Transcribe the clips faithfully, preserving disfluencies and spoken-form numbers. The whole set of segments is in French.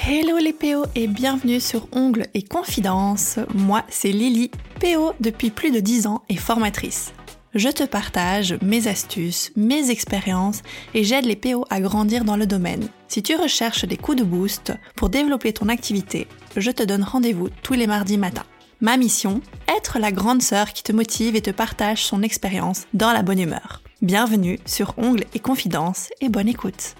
Hello les P O et bienvenue sur Ongles et Confidences. Moi, c'est Lily, P O depuis plus de dix ans et formatrice. Je te partage mes astuces, mes expériences et j'aide les P O à grandir dans le domaine. Si tu recherches des coups de boost pour développer ton activité, je te donne rendez-vous tous les mardis matins. Ma mission, être la grande sœur qui te motive et te partage son expérience dans la bonne humeur. Bienvenue sur Ongles et Confidences et bonne écoute.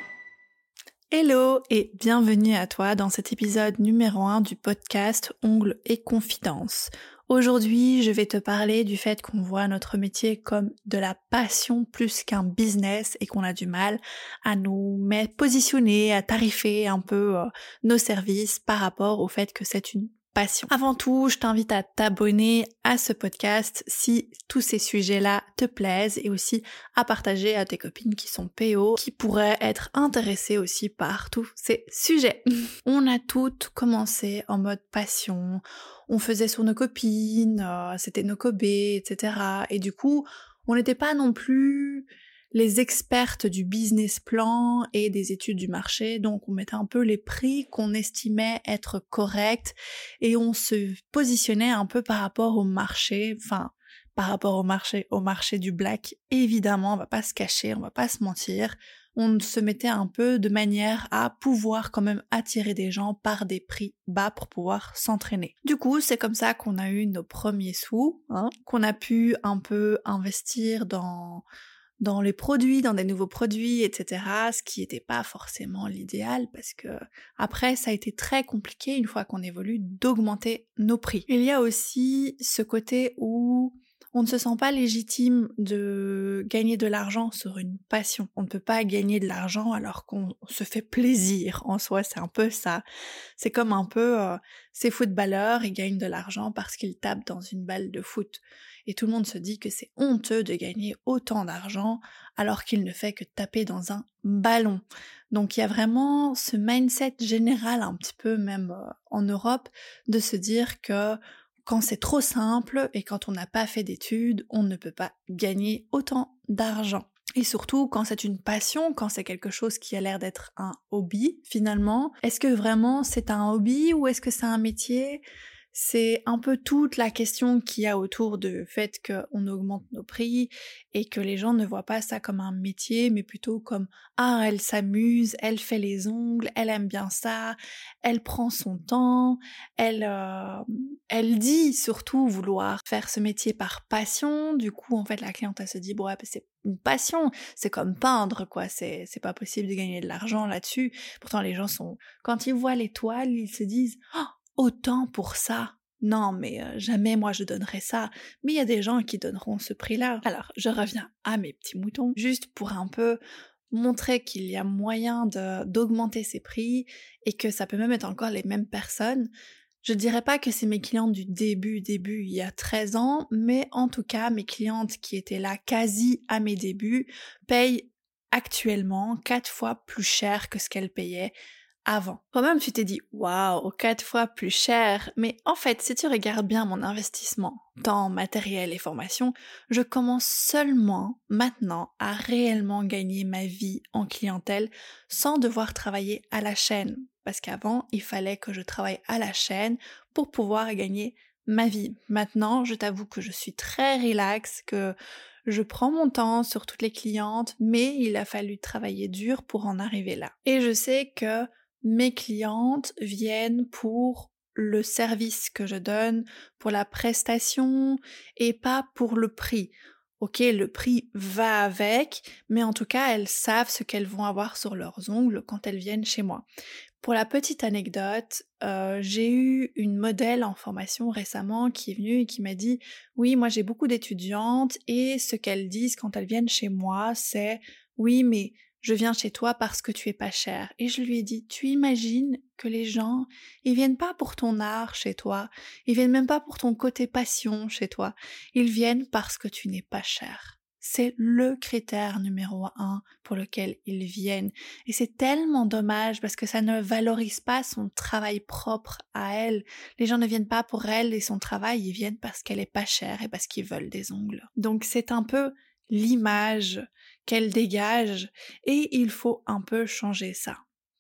Hello et bienvenue à toi dans cet épisode numéro un du podcast Ongles et Confidences. Aujourd'hui, je vais te parler du fait qu'on voit notre métier comme de la passion plus qu'un business et qu'on a du mal à nous mettre, positionner, à tarifer un peu euh, nos services par rapport au fait que c'est une passion. Avant tout, je t'invite à t'abonner à ce podcast si tous ces sujets-là te plaisent et aussi à partager à tes copines qui sont P O, qui pourraient être intéressées aussi par tous ces sujets. On a toutes commencé en mode passion, on faisait sur nos copines, euh, c'était nos cobés, et cetera. Et du coup, on n'était pas non plus les expertes du business plan et des études du marché, donc on mettait un peu les prix qu'on estimait être corrects et on se positionnait un peu par rapport au marché, enfin par rapport au marché, au marché du black, évidemment, on va pas se cacher, on va pas se mentir, on se mettait un peu de manière à pouvoir quand même attirer des gens par des prix bas pour pouvoir s'entraîner. Du coup, c'est comme ça qu'on a eu nos premiers sous, hein, qu'on a pu un peu investir dans dans les produits, dans des nouveaux produits, et cetera, ce qui n'était pas forcément l'idéal parce que après ça a été très compliqué une fois qu'on évolue d'augmenter nos prix. Il y a aussi ce côté où on ne se sent pas légitime de gagner de l'argent sur une passion. On ne peut pas gagner de l'argent alors qu'on se fait plaisir en soi, c'est un peu ça. C'est comme un peu euh, ces footballeurs, ils gagnent de l'argent parce qu'ils tapent dans une balle de foot. Et tout le monde se dit que c'est honteux de gagner autant d'argent alors qu'il ne fait que taper dans un ballon. Donc il y a vraiment ce mindset général un petit peu même euh, en Europe de se dire que quand c'est trop simple et quand on n'a pas fait d'études, on ne peut pas gagner autant d'argent. Et surtout, quand c'est une passion, quand c'est quelque chose qui a l'air d'être un hobby, finalement, est-ce que vraiment c'est un hobby ou est-ce que c'est un métier ? C'est un peu toute la question qu'il y a autour du fait qu'on augmente nos prix et que les gens ne voient pas ça comme un métier, mais plutôt comme « Ah, elle s'amuse, elle fait les ongles, elle aime bien ça, elle prend son temps, elle, euh, elle dit surtout vouloir faire ce métier par passion. » Du coup, en fait, la cliente, elle se dit « Bon, ouais, c'est une passion, c'est comme peindre, quoi, c'est, c'est pas possible de gagner de l'argent là-dessus. » Pourtant, les gens sont... Quand ils voient les toiles, ils se disent « Oh, autant pour ça. Non, mais euh, jamais moi je donnerais ça. » Mais il y a des gens qui donneront ce prix-là. Alors, je reviens à mes petits moutons, juste pour un peu montrer qu'il y a moyen de, d'augmenter ces prix et que ça peut même être encore les mêmes personnes. Je dirais pas que c'est mes clientes du début, début, il y a treize ans, mais en tout cas, mes clientes qui étaient là quasi à mes débuts payent actuellement quatre fois plus cher que ce qu'elles payaient avant. Toi-même, tu t'es dit « Waouh, quatre fois plus cher !» Mais en fait, si tu regardes bien mon investissement, temps, matériel et formation, je commence seulement maintenant à réellement gagner ma vie en clientèle sans devoir travailler à la chaîne. Parce qu'avant, il fallait que je travaille à la chaîne pour pouvoir gagner ma vie. Maintenant, je t'avoue que je suis très relax, que je prends mon temps sur toutes les clientes, mais il a fallu travailler dur pour en arriver là. Et je sais que mes clientes viennent pour le service que je donne, pour la prestation et pas pour le prix. Ok, le prix va avec, mais en tout cas, elles savent ce qu'elles vont avoir sur leurs ongles quand elles viennent chez moi. Pour la petite anecdote, euh, j'ai eu une modèle en formation récemment qui est venue et qui m'a dit « Oui, moi j'ai beaucoup d'étudiantes et ce qu'elles disent quand elles viennent chez moi, c'est « Oui, mais je viens chez toi parce que tu es pas cher. » Et je lui ai dit « Tu imagines que les gens, ils viennent pas pour ton art chez toi, ils viennent même pas pour ton côté passion chez toi, ils viennent parce que tu n'es pas cher. » C'est le critère numéro un pour lequel ils viennent. Et c'est tellement dommage parce que ça ne valorise pas son travail propre à elle. Les gens ne viennent pas pour elle et son travail, ils viennent parce qu'elle est pas chère et parce qu'ils veulent des ongles. Donc c'est un peu l'image qu'elle dégage et il faut un peu changer ça.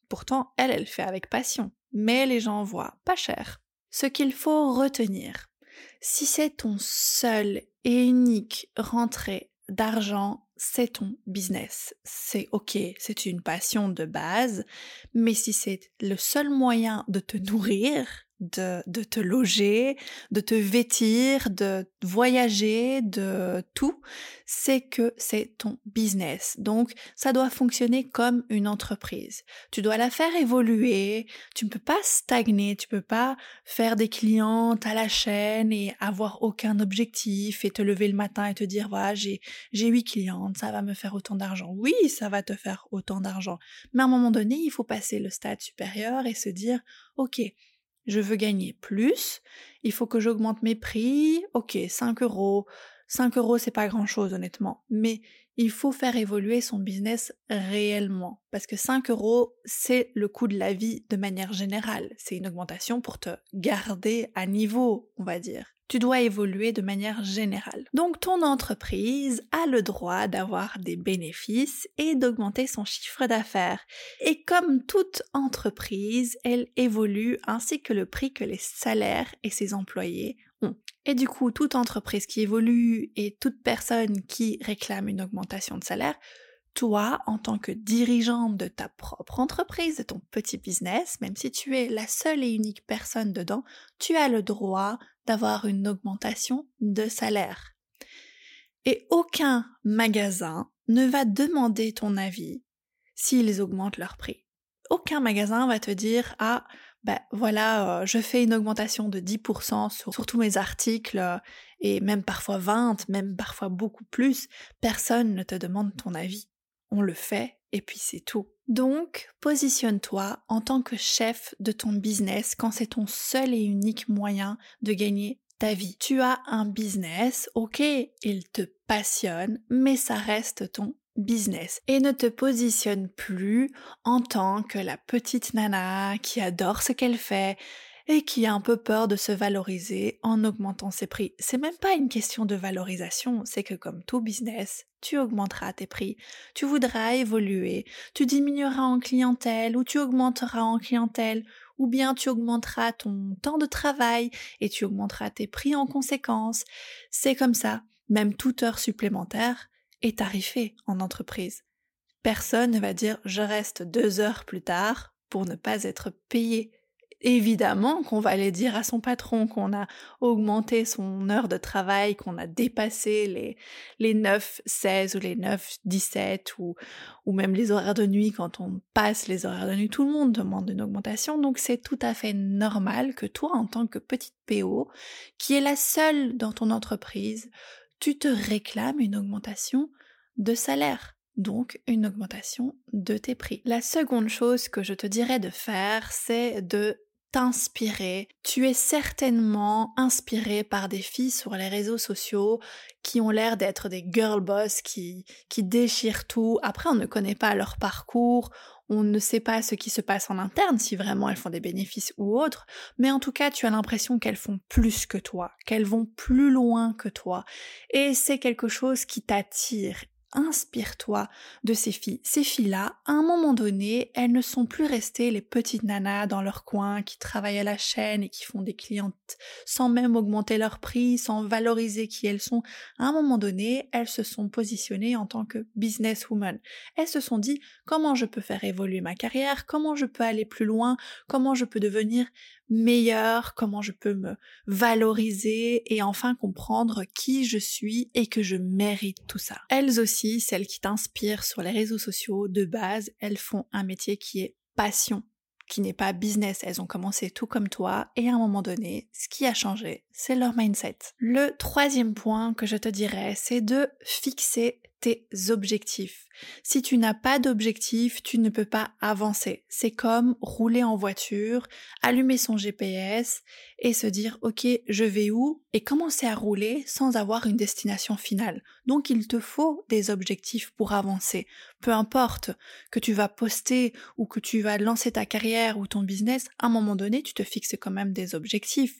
Pourtant, elle, elle fait avec passion. Mais les gens voient pas cher. Ce qu'il faut retenir, si c'est ton seul et unique rentrée d'argent, c'est ton business. C'est ok, c'est une passion de base, mais si c'est le seul moyen de te nourrir, de, de te loger, de te vêtir, de voyager, de tout, c'est que c'est ton business. Donc, ça doit fonctionner comme une entreprise. Tu dois la faire évoluer, tu ne peux pas stagner, tu peux pas faire des clientes à la chaîne et avoir aucun objectif et te lever le matin et te dire, voilà, j'ai, j'ai huit clientes, ça va me faire autant d'argent. Oui, ça va te faire autant d'argent. Mais à un moment donné, il faut passer le stade supérieur et se dire, ok, je veux gagner plus, il faut que j'augmente mes prix, ok, cinq euros, cinq euros c'est pas grand chose honnêtement, mais il faut faire évoluer son business réellement, parce que cinq euros c'est le coût de la vie de manière générale, c'est une augmentation pour te garder à niveau, on va dire. Tu dois évoluer de manière générale. Donc ton entreprise a le droit d'avoir des bénéfices et d'augmenter son chiffre d'affaires. Et comme toute entreprise, elle évolue ainsi que le prix que les salaires et ses employés ont. Et du coup, toute entreprise qui évolue et toute personne qui réclame une augmentation de salaire, toi, en tant que dirigeante de ta propre entreprise, de ton petit business, même si tu es la seule et unique personne dedans, tu as le droit d'avoir une augmentation de salaire. Et aucun magasin ne va demander ton avis s'ils augmentent leur prix. Aucun magasin va te dire « Ah, ben voilà, euh, je fais une augmentation de dix pour cent sur, sur tous mes articles, euh, et même parfois vingt, même parfois beaucoup plus. » Personne ne te demande ton avis. On le fait et puis c'est tout. Donc, positionne-toi en tant que chef de ton business quand c'est ton seul et unique moyen de gagner ta vie. Tu as un business, ok, il te passionne, mais ça reste ton business. Et ne te positionne plus en tant que la petite nana qui adore ce qu'elle fait et qui a un peu peur de se valoriser en augmentant ses prix. C'est même pas une question de valorisation, c'est que comme tout business, tu augmenteras tes prix, tu voudras évoluer, tu diminueras en clientèle ou tu augmenteras en clientèle, ou bien tu augmenteras ton temps de travail et tu augmenteras tes prix en conséquence. C'est comme ça, même toute heure supplémentaire est tarifée en entreprise. Personne ne va dire « je reste deux heures plus tard » pour ne pas être payé. Évidemment qu'on va aller dire à son patron qu'on a augmenté son heure de travail, qu'on a dépassé les, les neuf seize ou les neuf dix-sept ou, ou même les horaires de nuit. Quand on passe les horaires de nuit, tout le monde demande une augmentation. Donc c'est tout à fait normal que toi, en tant que petite P O, qui est la seule dans ton entreprise, tu te réclames une augmentation de salaire. Donc une augmentation de tes prix. La seconde chose que je te dirais de faire, c'est de t'inspirer. Tu es certainement inspiré par des filles sur les réseaux sociaux qui ont l'air d'être des girl boss, qui, qui déchirent tout. Après, on ne connaît pas leur parcours, on ne sait pas ce qui se passe en interne, si vraiment elles font des bénéfices ou autre, mais en tout cas, tu as l'impression qu'elles font plus que toi, qu'elles vont plus loin que toi. Et c'est quelque chose qui t'attire. Inspire-toi de ces filles. Ces filles-là, à un moment donné, elles ne sont plus restées les petites nanas dans leur coin qui travaillent à la chaîne et qui font des clientes sans même augmenter leur prix, sans valoriser qui elles sont. À un moment donné, elles se sont positionnées en tant que businesswoman. Elles se sont dit comment je peux faire évoluer ma carrière, comment je peux aller plus loin, comment je peux devenir meilleure, comment je peux me valoriser et enfin comprendre qui je suis et que je mérite tout ça. Elles aussi, celles qui t'inspirent sur les réseaux sociaux, de base, elles font un métier qui est passion, qui n'est pas business. Elles ont commencé tout comme toi et à un moment donné, ce qui a changé, c'est leur mindset. Le troisième point que je te dirais, c'est de fixer tes objectifs. Si tu n'as pas d'objectif, tu ne peux pas avancer. C'est comme rouler en voiture, allumer son G P S et se dire « Ok, je vais où ?» et commencer à rouler sans avoir une destination finale. Donc il te faut des objectifs pour avancer. Peu importe que tu vas poster ou que tu vas lancer ta carrière ou ton business, à un moment donné, tu te fixes quand même des objectifs.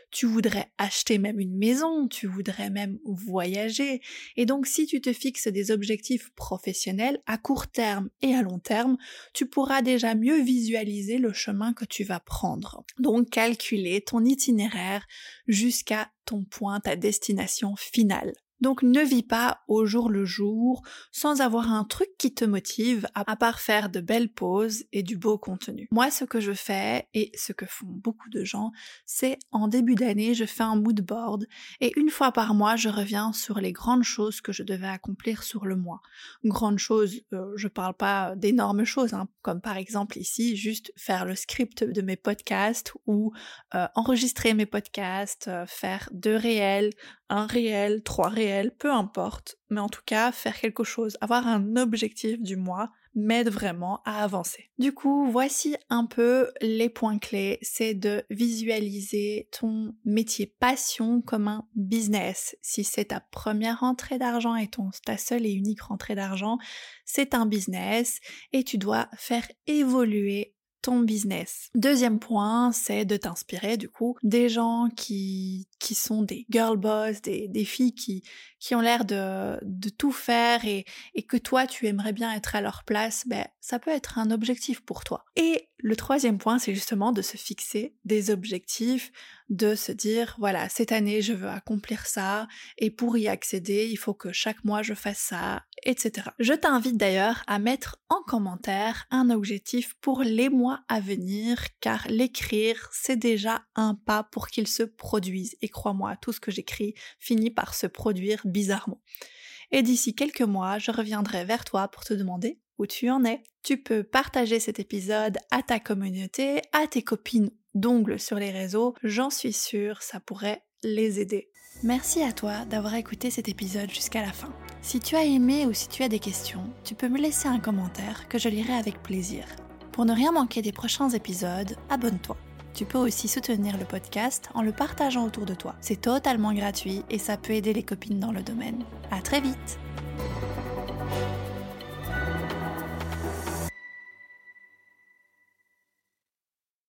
tu voudrais acheter même une maison, tu voudrais même voyager. Et donc si tu te fixes des objectifs professionnels à court terme et à long terme, tu pourras déjà mieux visualiser le chemin que tu vas prendre. Donc calculer ton itinéraire jusqu'à ton point, ta destination finale. Donc ne vis pas au jour le jour sans avoir un truc qui te motive à part faire de belles pauses et du beau contenu. Moi ce que je fais et ce que font beaucoup de gens, c'est en début d'année je fais un mood board et une fois par mois je reviens sur les grandes choses que je devais accomplir sur le mois. Grandes choses, euh, je parle pas d'énormes choses, hein, comme par exemple ici juste faire le script de mes podcasts ou euh, enregistrer mes podcasts, euh, faire deux réels, un réel, trois réels, peu importe, mais en tout cas faire quelque chose, avoir un objectif du mois m'aide vraiment à avancer. Du coup, voici un peu les points clés, c'est de visualiser ton métier passion comme un business. Si c'est ta première rentrée d'argent et ton, ta seule et unique rentrée d'argent, c'est un business et tu dois faire évoluer ton business. Deuxième point, c'est de t'inspirer du coup des gens qui qui sont des girl boss, des, des filles qui qui ont l'air de de tout faire et et que toi tu aimerais bien être à leur place. Ben ça peut être un objectif pour toi. Et le troisième point, c'est justement de se fixer des objectifs, de se dire voilà, cette année je veux accomplir ça et pour y accéder, il faut que chaque mois je fasse ça, et cetera. Je t'invite d'ailleurs à mettre en commentaire un objectif pour les mois à venir, car l'écrire, c'est déjà un pas pour qu'il se produise. Et crois-moi, tout ce que j'écris finit par se produire bizarrement. Et d'ici quelques mois, je reviendrai vers toi pour te demander où tu en es. Tu peux partager cet épisode à ta communauté, à tes copines d'ongles sur les réseaux. J'en suis sûre, ça pourrait les aider. Merci à toi d'avoir écouté cet épisode jusqu'à la fin. Si tu as aimé ou si tu as des questions, tu peux me laisser un commentaire que je lirai avec plaisir. Pour ne rien manquer des prochains épisodes, abonne-toi. Tu peux aussi soutenir le podcast en le partageant autour de toi. C'est totalement gratuit et ça peut aider les copines dans le domaine. À très vite!